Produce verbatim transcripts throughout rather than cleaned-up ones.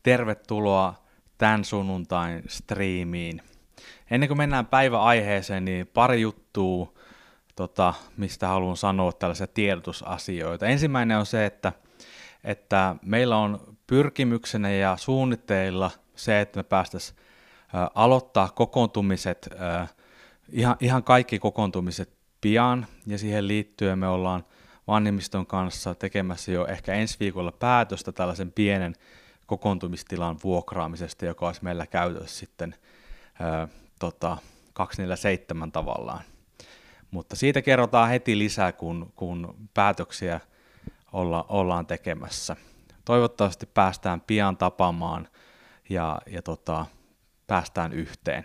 Tervetuloa tämän sunnuntain striimiin. Ennen kuin mennään päiväaiheeseen, niin pari juttua, tota, mistä haluan sanoa tällaisia tiedotusasioita. Ensimmäinen on se, että, että meillä on pyrkimyksenä ja suunnitteilla se, että me päästäisiin aloittaa kokoontumiset, ä, ihan, ihan kaikki kokoontumiset pian, ja siihen liittyen me ollaan vanhemmiston kanssa tekemässä jo ehkä ensi viikolla päätöstä tällaisen pienen kokoontumistilan vuokraamisesta, joka olisi meillä käytössä sitten ää, tota, kaksikymmentäseitsemän tavallaan. Mutta siitä kerrotaan heti lisää, kun, kun päätöksiä olla, ollaan tekemässä. Toivottavasti päästään pian tapaamaan ja, ja tota, päästään yhteen.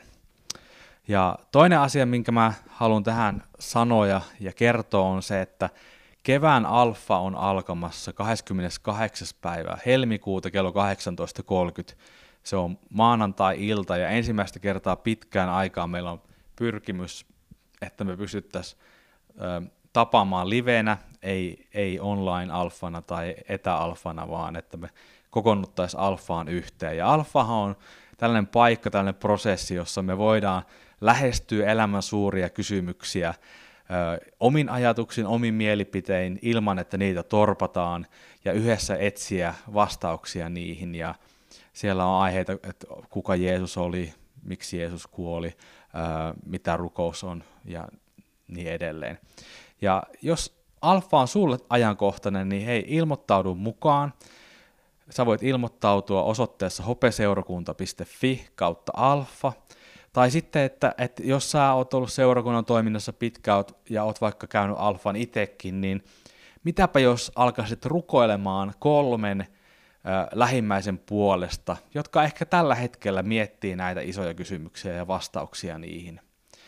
Ja toinen asia, minkä mä haluan tähän sanoa ja, ja kertoa, on se, että kevään alfa on alkamassa kahdeskymmeneskahdeksas päivä helmikuuta kello kahdeksantoista kolmekymmentä. Se on maanantai-ilta ja ensimmäistä kertaa pitkään aikaan meillä on pyrkimys, että me pystyttäisiin ö, tapaamaan livenä, ei, ei online-alfana tai etä-alfana, vaan että me kokoonnuttaisiin alfaan yhteen. Ja alfahan on tällainen paikka, tällainen prosessi, jossa me voidaan lähestyä elämän suuria kysymyksiä ö, omin ajatuksin, omin mielipitein, ilman että niitä torpataan, ja yhdessä etsiä vastauksia niihin. Ja siellä on aiheita, että kuka Jeesus oli, miksi Jeesus kuoli, ö, mitä rukous on ja niin edelleen. Ja jos alfa on sulle ajankohtainen, niin hei, ilmoittaudu mukaan. Sä voit ilmoittautua osoitteessa hopeseurakunta piste fi kautta alfa. Tai sitten, että, että jos sä oot ollut seurakunnan toiminnassa pitkään ja oot vaikka käynyt alfan itsekin, niin mitäpä jos alkaisit rukoilemaan kolmen äh, lähimmäisen puolesta, jotka ehkä tällä hetkellä miettii näitä isoja kysymyksiä ja vastauksia niihin.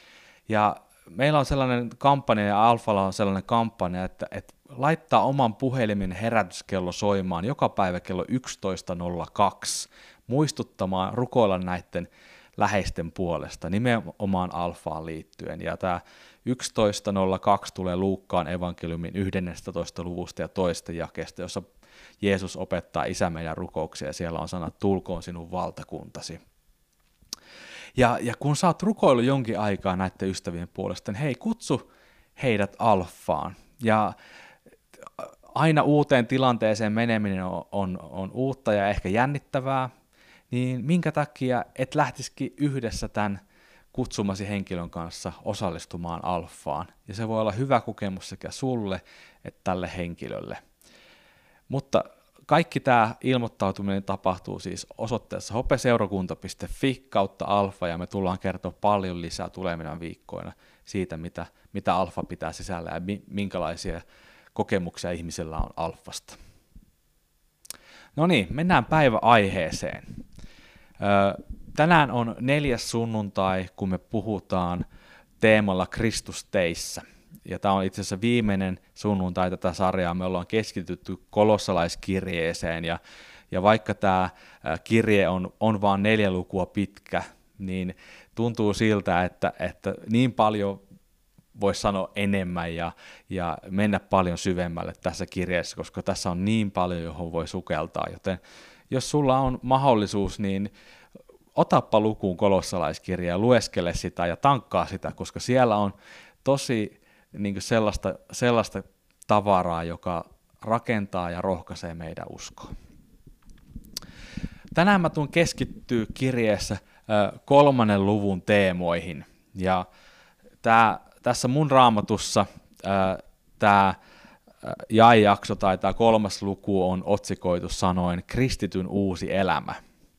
Ja meillä on sellainen kampanja ja alfalla on sellainen kampanja, että, että laittaa oman puhelimen herätyskello soimaan joka päivä kello yksitoista nolla kaksi, muistuttamaan, rukoilla näiden läheisten puolesta, nimenomaan alfaan liittyen. Ja tämä yksitoista nolla kaksi tulee Luukkaan evankeliumin yhdestoista luvusta ja toista jakeesta, jossa Jeesus opettaa Isä meidän rukouksia, ja siellä on sanat, tulkoon sinun valtakuntasi. Ja, ja kun sä oot rukoillut jonkin aikaa näiden ystävien puolesta, niin hei, kutsu heidät alfaan. Ja aina uuteen tilanteeseen meneminen on, on, on uutta ja ehkä jännittävää, niin minkä takia et lähtisikin yhdessä tämän kutsumasi henkilön kanssa osallistumaan alfaan. Ja se voi olla hyvä kokemus sekä sulle että tälle henkilölle. Mutta kaikki tämä ilmoittautuminen tapahtuu siis osoitteessa hopeseurakunta piste fi kautta alfa, ja me tullaan kertoa paljon lisää tulevina viikkoina siitä, mitä, mitä alfa pitää sisällä ja minkälaisia kokemuksia ihmisellä on alfasta. No niin, mennään päiväaiheeseen. Tänään on neljäs sunnuntai, kun me puhutaan teemalla Kristus teissä. Ja tämä on itse asiassa viimeinen sunnuntai tätä sarjaa. Me ollaan keskitytty kolossalaiskirjeeseen, ja, ja vaikka tämä kirje on, on vain neljä lukua pitkä, niin tuntuu siltä, että, että niin paljon voisi sanoa enemmän ja, ja mennä paljon syvemmälle tässä kirjeessä, koska tässä on niin paljon, johon voi sukeltaa. Joten jos sulla on mahdollisuus, niin otappa lukuun kolossalaiskirja ja lueskele sitä ja tankkaa sitä, koska siellä on tosi niin kuin sellaista, sellaista tavaraa, joka rakentaa ja rohkaisee meidän uskoa. Tänään mä tuun keskittyä kirjeessä kolmannen luvun teemoihin. Ja tää, tässä mun raamatussa tämä jaejakso tai tämä kolmas luku on otsikoitu sanoen kristityn uusi elämä.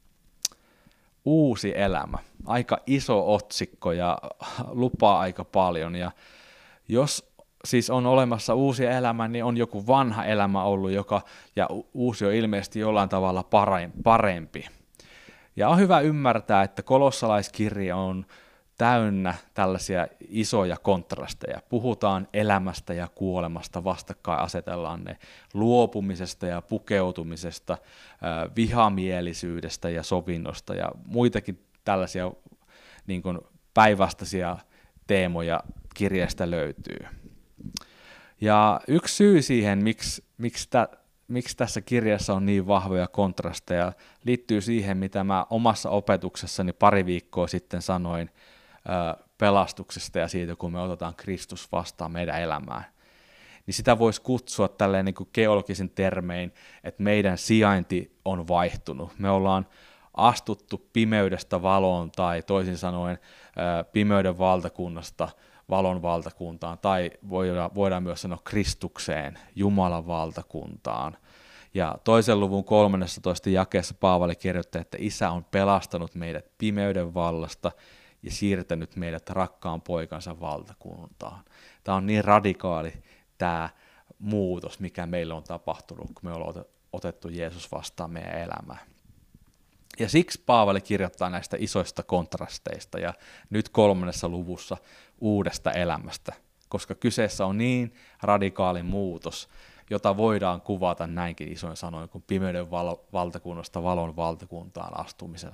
Uusi elämä. Aika iso otsikko ja lupaa aika paljon. Ja jos siis on olemassa uusi elämä, niin on joku vanha elämä ollut, joka, ja uusi on ilmeisesti jollain tavalla parempi. Ja on hyvä ymmärtää, että kolossalaiskirja on täynnä tällaisia isoja kontrasteja. Puhutaan elämästä ja kuolemasta, vastakkain asetellaan ne, luopumisesta ja pukeutumisesta, vihamielisyydestä ja sovinnosta ja muitakin tällaisia niin kuin päinvastaisia teemoja kirjasta löytyy. Ja yksi syy siihen, miksi, miksi miksi tässä kirjassa on niin vahvoja kontrasteja, liittyy siihen, mitä mä omassa opetuksessani pari viikkoa sitten sanoin ö, pelastuksesta ja siitä, kun me otetaan Kristus vastaan meidän elämään. Niin sitä voisi kutsua tälleen niin kuin geologisin termein, että meidän sijainti on vaihtunut. Me ollaan astuttu pimeydestä valoon tai toisin sanoen ö, pimeyden valtakunnasta valon valtakuntaan, tai voidaan, voidaan myös sanoa Kristukseen, Jumalan valtakuntaan. Ja toisen luvun kolmannessatoista jakeessa Paavali kirjoittaa, että Isä on pelastanut meidät pimeyden vallasta ja siirtänyt meidät rakkaan poikansa valtakuntaan. Tämä on niin radikaali tämä muutos, mikä meillä on tapahtunut, kun me ollaan otettu Jeesus vastaan meidän elämään. Ja siksi Paavali kirjoittaa näistä isoista kontrasteista ja nyt kolmannessa luvussa uudesta elämästä, koska kyseessä on niin radikaali muutos, jota voidaan kuvata näinkin isoin sanoin kuin pimeyden val- valtakunnasta valon valtakuntaan astumisella.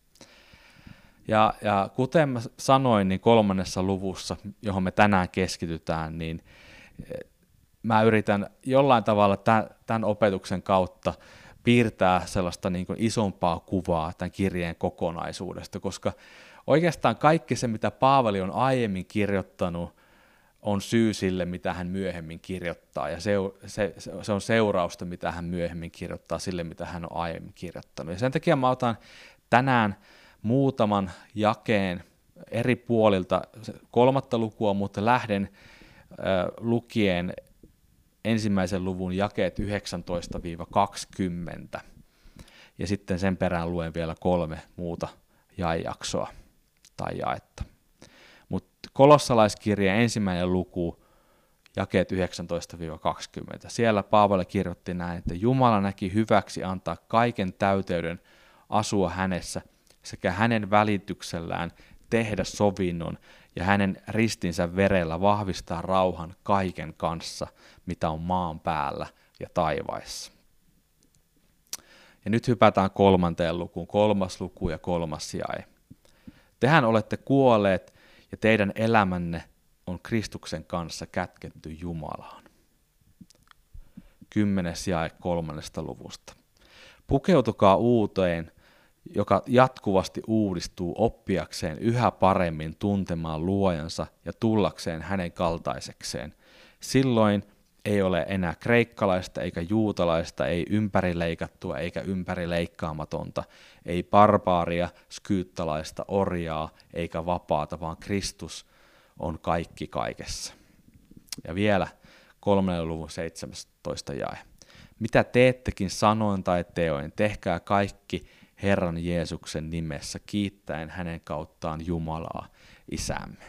Ja, ja kuten mä sanoin, niin kolmannessa luvussa, johon me tänään keskitytään, niin mä yritän jollain tavalla tämän, tämän opetuksen kautta piirtää sellaista niin kuin isompaa kuvaa tämän kirjeen kokonaisuudesta, koska oikeastaan kaikki se, mitä Paavali on aiemmin kirjoittanut, on syy sille, mitä hän myöhemmin kirjoittaa, ja se, se, se on seurausta, mitä hän myöhemmin kirjoittaa sille, mitä hän on aiemmin kirjoittanut. Ja sen takia mä otan tänään muutaman jakeen eri puolilta kolmatta lukua, mutta lähden äh, lukien ensimmäisen luvun jakeet yhdeksäntoista kaksikymmentä, ja sitten sen perään luen vielä kolme muuta jaejaksoa tai jaetta. Mutta kolossalaiskirjeen ensimmäinen luku, jakeet yhdeksäntoista kaksikymmentä. Siellä Paavali kirjoitti näin, että Jumala näki hyväksi antaa kaiken täyteyden asua hänessä sekä hänen välityksellään tehdä sovinnon ja hänen ristinsä verellä vahvistaa rauhan kaiken kanssa, mitä on maan päällä ja taivaissa. Ja nyt hypätään kolmanteen lukuun, kolmas luku ja kolmas jae. Tehän olette kuolleet ja teidän elämänne on Kristuksen kanssa kätketty Jumalaan. Kymmenes jae kolmannesta luvusta. Pukeutukaa uuteen, joka jatkuvasti uudistuu oppiakseen yhä paremmin tuntemaan luojansa ja tullakseen hänen kaltaisekseen. Silloin ei ole enää kreikkalaista eikä juutalaista, ei ympärileikattua eikä ympärileikkaamatonta, ei barbaaria, skyyttalaista, orjaa eikä vapaata, vaan Kristus on kaikki kaikessa. Ja vielä kolmannen luvun seitsemästoista jae. Mitä teettekin sanoin tai teoin, tehkää kaikki Herran Jeesuksen nimessä, kiittäen hänen kauttaan Jumalaa, Isämme.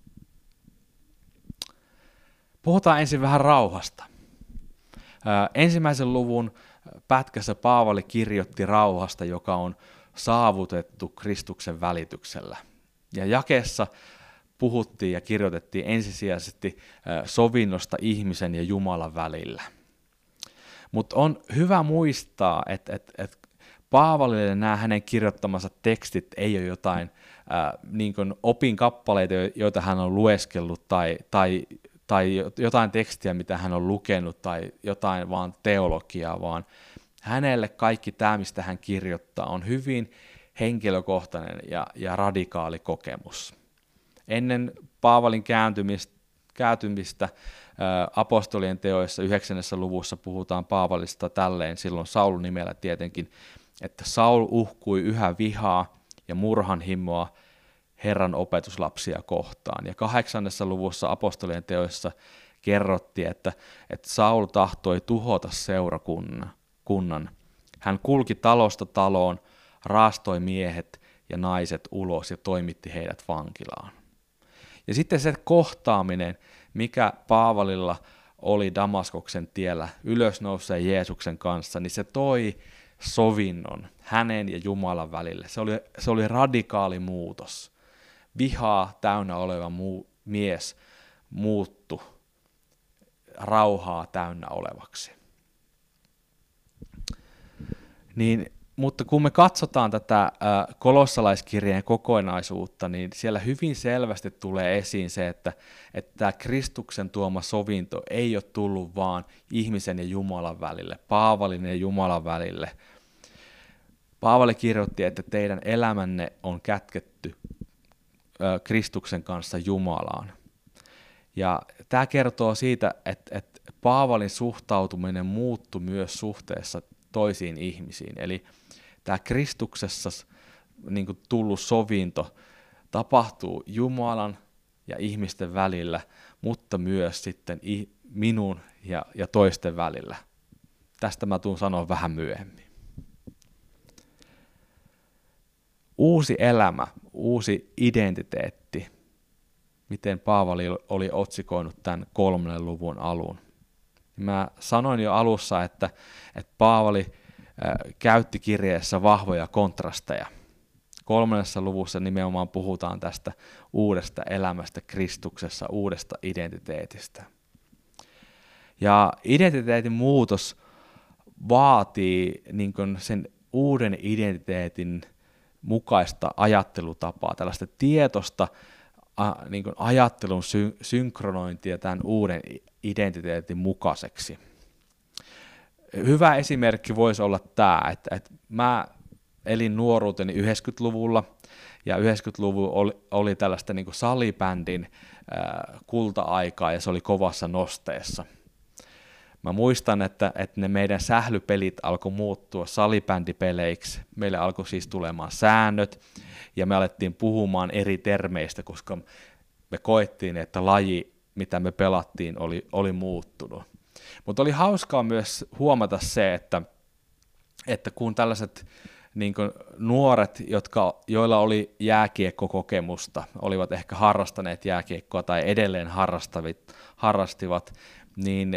Puhutaan ensin vähän rauhasta. Ensimmäisen luvun pätkässä Paavali kirjoitti rauhasta, joka on saavutettu Kristuksen välityksellä. Ja jakeessa puhuttiin ja kirjoitettiin ensisijaisesti sovinnosta ihmisen ja Jumalan välillä. Mutta on hyvä muistaa, että et, et Paavalille nämä hänen kirjoittamansa tekstit ei ole jotain äh, niin kuin opinkappaleita, joita hän on lueskellut, tai, tai, tai jotain tekstiä, mitä hän on lukenut, tai jotain vaan teologiaa, vaan hänelle kaikki tämä, mistä hän kirjoittaa, on hyvin henkilökohtainen ja, ja radikaali kokemus. Ennen Paavalin kääntymistä, kääntymistä äh, apostolien teoissa yhdeksännessä luvussa puhutaan Paavalista tälleen, silloin Saulun nimellä tietenkin, että Saul uhkui yhä vihaa ja murhanhimoa Herran opetuslapsia kohtaan. Ja kahdeksannessa luvussa apostolien teoissa kerrottiin, että, että Saul tahtoi tuhota seurakunnan. Hän kulki talosta taloon, raastoi miehet ja naiset ulos ja toimitti heidät vankilaan. Ja sitten se kohtaaminen, mikä Paavalilla oli Damaskoksen tiellä ylösnouseen Jeesuksen kanssa, niin se toi sovinnon hänen ja Jumalan välille. Se oli, se oli radikaali muutos. Vihaa täynnä oleva muu, mies muuttui rauhaa täynnä olevaksi. Niin Mutta kun me katsotaan tätä äh, kolossalaiskirjeen kokonaisuutta, niin siellä hyvin selvästi tulee esiin se, että, että tämä Kristuksen tuoma sovinto ei ole tullut vaan ihmisen ja Jumalan välille, Paavalin ja Jumalan välille. Paavali kirjoitti, että teidän elämänne on kätketty äh, Kristuksen kanssa Jumalaan. Ja tämä kertoo siitä, että, että Paavalin suhtautuminen muuttui myös suhteessa toisiin ihmisiin. Eli tämä Kristuksessa niin kuin tullut sovinto tapahtuu Jumalan ja ihmisten välillä, mutta myös sitten minun ja, ja toisten välillä. Tästä mä tuun sanoa vähän myöhemmin. Uusi elämä, uusi identiteetti, miten Paavali oli otsikoinut tämän kolmannen luvun alun. Mä sanoin jo alussa, että, että Paavali äh, käytti kirjeessä vahvoja kontrasteja. Kolmannessa luvussa nimenomaan puhutaan tästä uudesta elämästä Kristuksessa, uudesta identiteetistä. Ja identiteetin muutos vaatii niin kuin sen uuden identiteetin mukaista ajattelutapaa, tällaista tietoista a, niin kuin ajattelun sy- synkronointia tämän uuden identiteetin mukaiseksi. Hyvä esimerkki voisi olla tämä, että, että mä elin nuoruuteni yhdeksänkymmentäluvulla, ja yhdeksänkymmentäluvun oli, oli tällaista niin kuin salibändin äh, kulta-aikaa, ja se oli kovassa nosteessa. Mä muistan, että, että ne meidän sählypelit alkoi muuttua salibändipeleiksi. Meille alkoi siis tulemaan säännöt, ja me alettiin puhumaan eri termeistä, koska me koettiin, että laji, mitä me pelattiin, oli, oli muuttunut. Mutta oli hauskaa myös huomata se, että, että kun tällaiset niin kuin nuoret, jotka, joilla oli jääkiekkokokemusta, olivat ehkä harrastaneet jääkiekkoa tai edelleen harrastavit, harrastivat, niin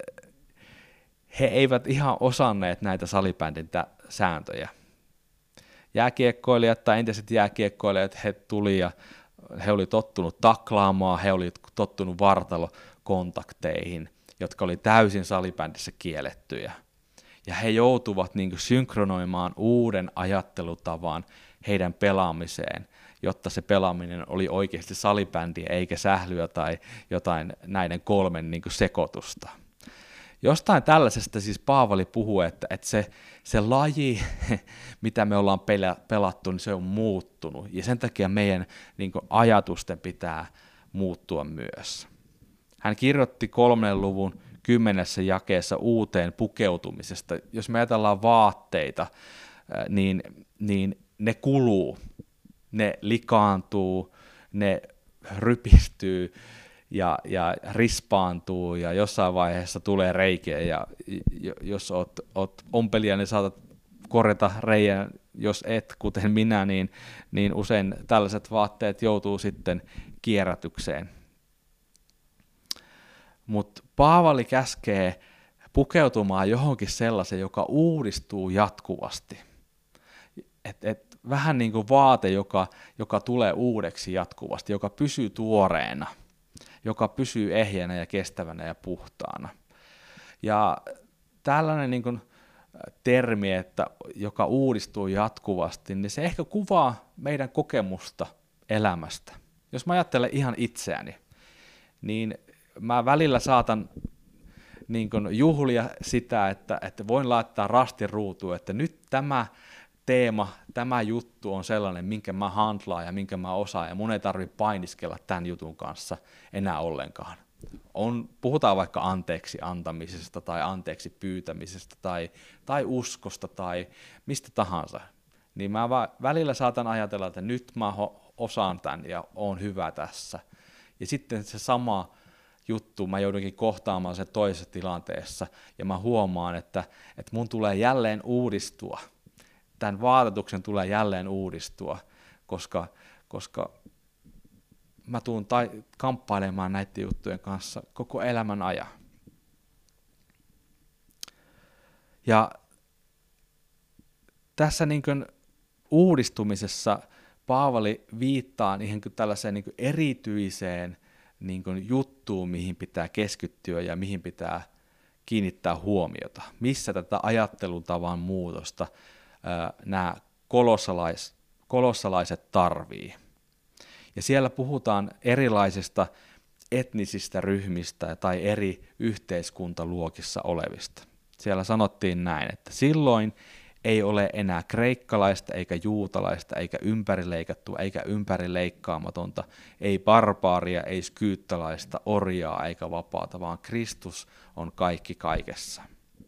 he eivät ihan osanneet näitä salibändin sääntöjä. Jääkiekkoilijat tai entiset jääkiekkoilijat, he tuli ja he oli tottunut taklaamaan, he oli tottunut vartalokontakteihin, jotka oli täysin salibändissä kiellettyjä. Ja he joutuvat niin kuin synkronoimaan uuden ajattelutavan heidän pelaamiseen, jotta se pelaaminen oli oikeasti salibändiä eikä sählyä tai jotain näiden kolmen niin kuin sekoitusta. Jostain tällaisesta siis Paavali puhuu, että, että se, se laji, mitä me ollaan pelattu, niin se on muuttunut. Ja sen takia meidän niin kuin ajatusten pitää muuttua myös. Hän kirjoitti kolmannen luvun kymmenessä jakeessa uuteen pukeutumisesta. Jos me ajatellaan vaatteita, niin, niin ne kuluu, ne likaantuu, ne rypistyy ja, ja rispaantuu ja jossain vaiheessa tulee reikiä. Ja jos oot, oot ompelija, niin saatat korjata reijän. Jos et, kuten minä, niin, niin usein tällaiset vaatteet joutuu sitten kierrätykseen. Mutta Paavali käskee pukeutumaan johonkin sellaisen, joka uudistuu jatkuvasti. Et, et, vähän niin kuin vaate, joka, joka tulee uudeksi jatkuvasti, joka pysyy tuoreena, joka pysyy ehjänä ja kestävänä ja puhtaana. Ja tällainen niin kuin termi, että joka uudistuu jatkuvasti, niin se ehkä kuvaa meidän kokemusta elämästä. Jos mä ajattelen ihan itseäni, niin mä välillä saatan niin kuin juhlia sitä, että, että voin laittaa rastin ruutuun, että nyt tämä teema, tämä juttu on sellainen, minkä mä handlaan ja minkä mä osaan, ja mun ei tarvitse painiskella tämän jutun kanssa enää ollenkaan. On, puhutaan vaikka anteeksi antamisesta tai anteeksi pyytämisestä tai, tai uskosta tai mistä tahansa. Niin mä välillä saatan ajatella, että nyt mä osaan tämän ja oon hyvä tässä. Ja sitten se sama juttu, mä joudunkin kohtaamaan sen toisessa tilanteessa, ja mä huomaan, että, että mun tulee jälleen uudistua. Tämän vaatetuksen tulee jälleen uudistua, koska, koska mä tuun tai, kamppailemaan näiden juttujen kanssa koko elämän ajan. Ja tässä niin kuin uudistumisessa Paavali viittaa niin kuin tällaiseen niin kuin erityiseen niin kuin juttuun, mihin pitää keskittyä ja mihin pitää kiinnittää huomiota, missä tätä ajattelutavan muutosta nämä kolossalais, kolossalaiset tarvii. Ja siellä puhutaan erilaisista etnisistä ryhmistä tai eri yhteiskuntaluokissa olevista. Siellä sanottiin näin, että silloin ei ole enää kreikkalaista eikä juutalaista eikä ympärileikattua eikä ympärileikkaamatonta, ei barbaaria, ei skyyttalaista, orjaa eikä vapaata, vaan Kristus on kaikki kaikessa.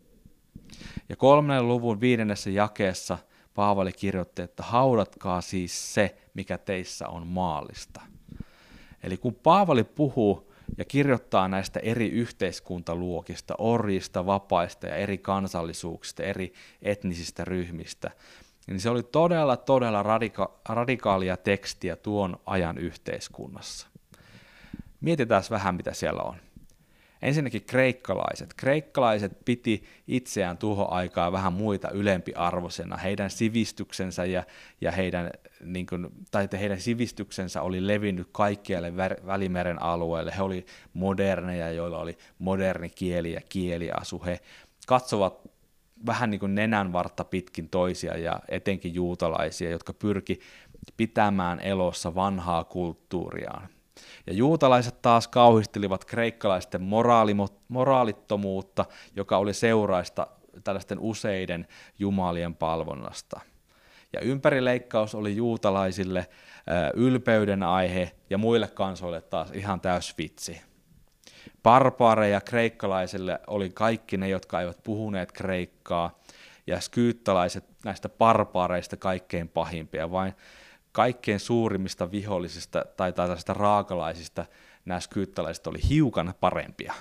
Ja kolmannen luvun viidennessä jakeessa Paavali kirjoitti, että haudatkaa siis se, mikä teissä on maallista. Eli kun Paavali puhuu ja kirjoittaa näistä eri yhteiskuntaluokista, orjista, vapaista ja eri kansallisuuksista, eri etnisistä ryhmistä, niin se oli todella, todella radika- radikaalia tekstiä tuon ajan yhteiskunnassa. Mietitään vähän, mitä siellä on. Ensinnäkin kreikkalaiset. Kreikkalaiset piti itseään tuohon aikaan vähän muita ylempiarvoisena. Heidän sivistyksensä ja, ja heidän, niin kuin, tai heidän sivistyksensä oli levinnyt kaikkialle Välimeren alueelle. He olivat moderneja, joilla oli moderni kieli ja kieliasu. He katsovat vähän niin kuin nenänvartta pitkin toisia ja etenkin juutalaisia, jotka pyrki pitämään elossa vanhaa kulttuuriaan. Ja juutalaiset taas kauhistelivat kreikkalaisten moraalimo- moraalittomuutta, joka oli seuraista tällaisten useiden jumalien palvonnasta. Ja ympärileikkaus oli juutalaisille äh, ylpeyden aihe ja muille kansoille taas ihan täys vitsi. Barbaareja kreikkalaisille oli kaikki ne, jotka eivät puhuneet kreikkaa, ja skyyttalaiset näistä barbaareista kaikkein pahimpia, vain kaikkein suurimmista vihollisista tai tällaisista raakalaisista nämä skyyttalaiset oli hiukan parempia.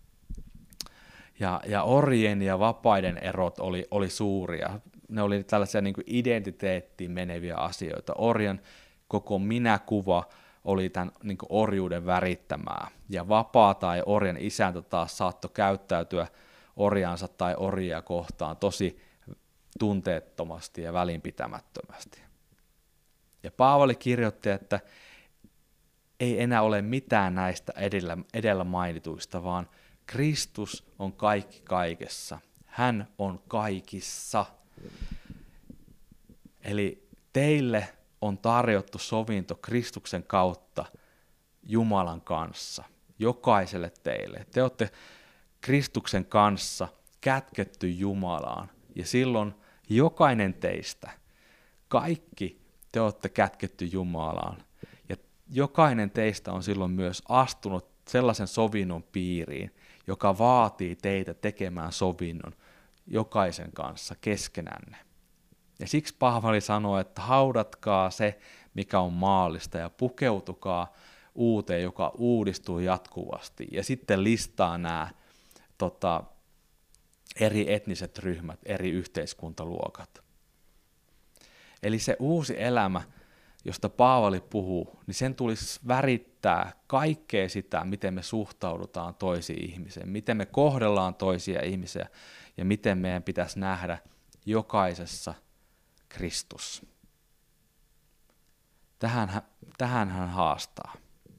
Ja, ja orjien ja vapaiden erot oli, oli suuria. Ne oli tällaisia niin kuin identiteettiin meneviä asioita. Orjan koko minäkuva oli tämän niin kuin orjuuden värittämää. Ja vapaa tai orjan isäntä taas saattoi käyttäytyä orjansa tai orjia kohtaan tosi tunteettomasti ja välinpitämättömästi. Ja Paavali kirjoitti, että ei enää ole mitään näistä edellä, edellä mainituista, vaan Kristus on kaikki kaikessa. Hän on kaikissa. Eli teille on tarjottu sovinto Kristuksen kautta Jumalan kanssa. Jokaiselle teille. Te olette Kristuksen kanssa kätketty Jumalaan. Ja silloin jokainen teistä, kaikki te olette kätketty Jumalaan. Ja jokainen teistä on silloin myös astunut sellaisen sovinnon piiriin, joka vaatii teitä tekemään sovinnon jokaisen kanssa keskenänne. Ja siksi Paavali sanoo, että haudatkaa se, mikä on maallista, ja pukeutukaa uuteen, joka uudistuu jatkuvasti. Ja sitten listaa nämä tota, eri etniset ryhmät, eri yhteiskuntaluokat. Eli se uusi elämä, josta Paavali puhuu, niin sen tulisi värittää kaikkea sitä, miten me suhtaudutaan toisiin ihmisiin, miten me kohdellaan toisia ihmisiä ja miten meidän pitäisi nähdä jokaisessa Kristus. Tähän, tähän hän haastaa.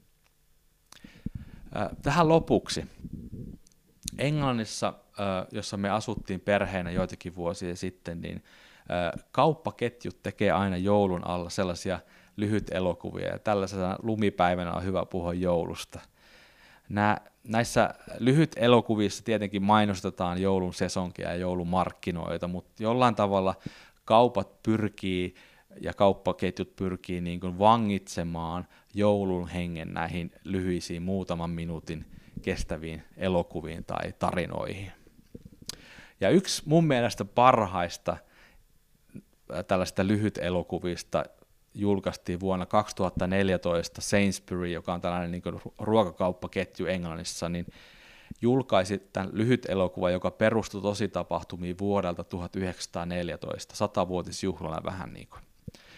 Tähän lopuksi. Englannissa, jossa me asuttiin perheenä joitakin vuosia sitten, niin kauppaketjut tekee aina joulun alla sellaisia lyhyt elokuvia, ja tällaisena lumipäivänä on hyvä puhua joulusta. Nää, näissä lyhyt elokuvissa tietenkin mainostetaan joulun sesonkia ja joulumarkkinoita, mutta jollain tavalla kaupat pyrkii ja kauppaketjut pyrkii niin kuin vangitsemaan joulun hengen näihin lyhyisiin muutaman minuutin kestäviin elokuviin tai tarinoihin. Ja yksi mun mielestä parhaista tällaista lyhyt elokuvista julkaistiin vuonna kaksituhattaneljätoista. Sainsbury, joka on tällainen niin kuin ruokakauppaketju Englannissa, niin julkaisi tämän lyhyt elokuva, joka perustui tositapahtumiin vuodelta tuhatyhdeksänsataaneljätoista, satavuotisjuhlana vähän niin kuin.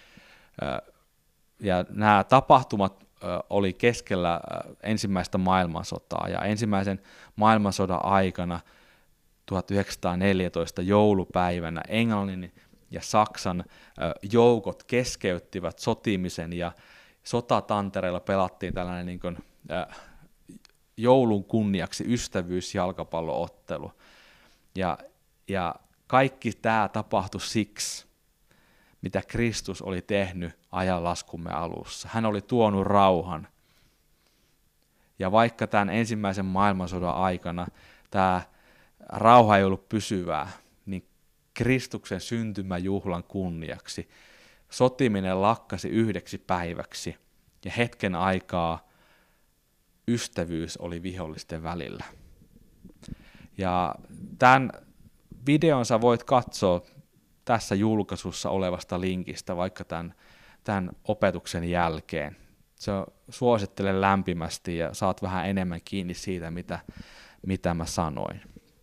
Ja nämä tapahtumat oli keskellä ensimmäistä maailmansotaa, ja ensimmäisen maailmansodan aikana tuhatyhdeksänsataaneljätoista joulupäivänä Englannin ja Saksan joukot keskeyttivät sotimisen, ja sotatantereilla pelattiin tällainen niin kuin, äh, joulun kunniaksi ystävyysjalkapalloottelu. Ja, ja kaikki tämä tapahtui siksi, mitä Kristus oli tehnyt ajanlaskumme alussa. Hän oli tuonut rauhan. Ja vaikka tämän ensimmäisen maailmansodan aikana tämä rauha ei ollut pysyvää, niin Kristuksen syntymäjuhlan kunniaksi sotiminen lakkasi yhdeksi päiväksi ja hetken aikaa ystävyys oli vihollisten välillä. Ja tämän videon sä voit katsoa tässä julkaisussa olevasta linkistä vaikka tämän, tämän opetuksen jälkeen. Se suosittelen lämpimästi ja saat vähän enemmän kiinni siitä, mitä, mitä mä sanoin.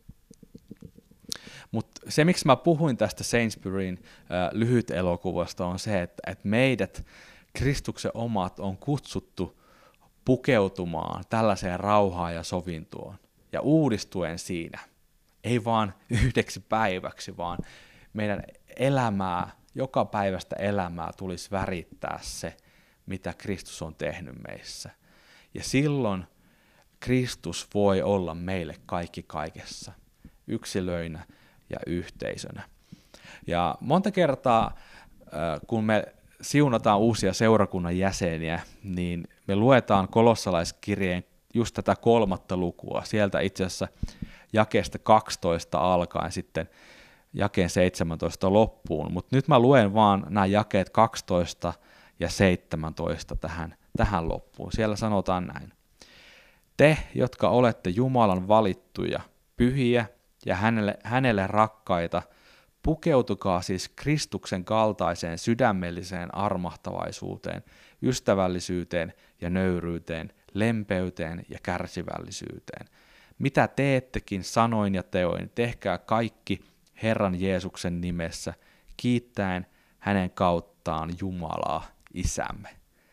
Mutta se, miksi mä puhuin tästä Sainsburyn äh, lyhyt elokuvasta, on se, että, että meidät, Kristuksen omat, on kutsuttu pukeutumaan tällaiseen rauhaan ja sovintoon ja uudistuen siinä. Ei vaan yhdeksi päiväksi, vaan meidän elämää, joka päivästä elämää tulisi värittää se, mitä Kristus on tehnyt meissä. Ja silloin Kristus voi olla meille kaikki kaikessa, yksilöinä ja yhteisönä. Ja monta kertaa, kun me siunataan uusia seurakunnan jäseniä, niin me luetaan kolossalaiskirjeen just tätä kolmatta lukua, sieltä itse asiassa jakeesta kaksitoista alkaen sitten jakeen seitsemäntoista loppuun, mutta nyt mä luen vaan nämä jakeet kaksitoista ja seitsemäntoista tähän, tähän loppuun. Siellä sanotaan näin. Te, jotka olette Jumalan valittuja, pyhiä ja hänelle, hänelle rakkaita, pukeutukaa siis Kristuksen kaltaiseen sydämelliseen armahtavaisuuteen, ystävällisyyteen ja nöyryyteen, lempeyteen ja kärsivällisyyteen. Mitä teettekin sanoin ja teoin, tehkää kaikki Herran Jeesuksen nimessä, kiittäen hänen kauttaan Jumalaa, Isämme.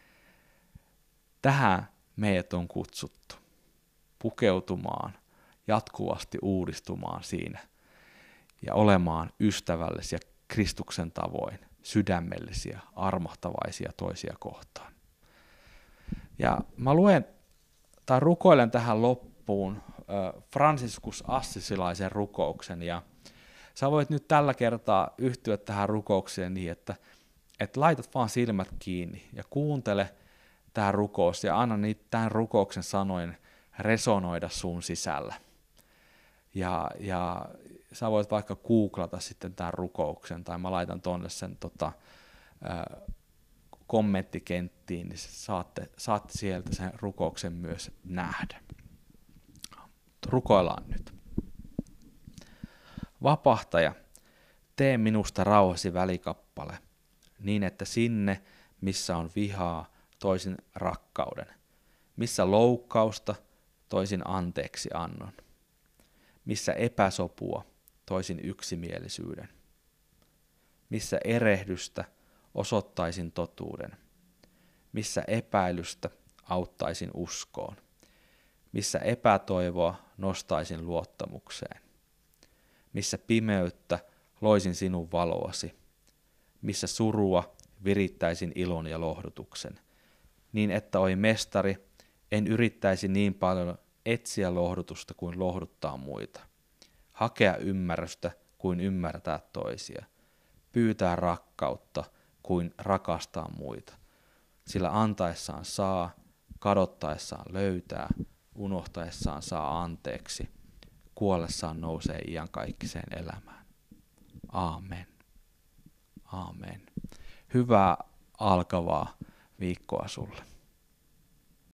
Tähän meidät on kutsuttu, pukeutumaan, jatkuvasti uudistumaan siinä ja olemaan ystävällisiä Kristuksen tavoin, sydämellisiä, armahtavaisia toisia kohtaan. Ja mä luen tai rukoilen tähän loppuun Franciscus Assisilaisen rukouksen, ja sä voit nyt tällä kertaa yhtyä tähän rukoukseen niin, että, että laitat vaan silmät kiinni ja kuuntele tämä rukous ja anna niitä tämän rukouksen sanoin resonoida sun sisällä. Ja, ja sä voit vaikka googlata sitten tämän rukouksen, tai mä laitan tonne sen tota, ää, kommenttikenttiin, niin saatte, saatte sieltä sen rukouksen myös nähdä. Rukoillaan nyt. Vapahtaja, tee minusta rauhasi välikappale, niin että sinne, missä on vihaa, toisin rakkauden, missä loukkausta, toisin anteeksi annon, missä epäsopua, toisin yksimielisyyden, missä erehdystä, osoittaisin totuuden, missä epäilystä, auttaisin uskoon, missä epätoivoa, nostaisin luottamukseen, missä pimeyttä, loisin sinun valoasi, missä surua, virittäisin ilon ja lohdutuksen, niin että oi mestari, en yrittäisi niin paljon etsiä lohdutusta kuin lohduttaa muita, hakea ymmärrystä kuin ymmärtää toisia, pyytää rakkautta kuin rakastaa muita, sillä antaessaan saa, kadottaessaan löytää, unohtaessaan saa anteeksi, kuollessaan nousee iankaikkiseen elämään. Aamen. Aamen. Hyvää alkavaa viikkoa sulle.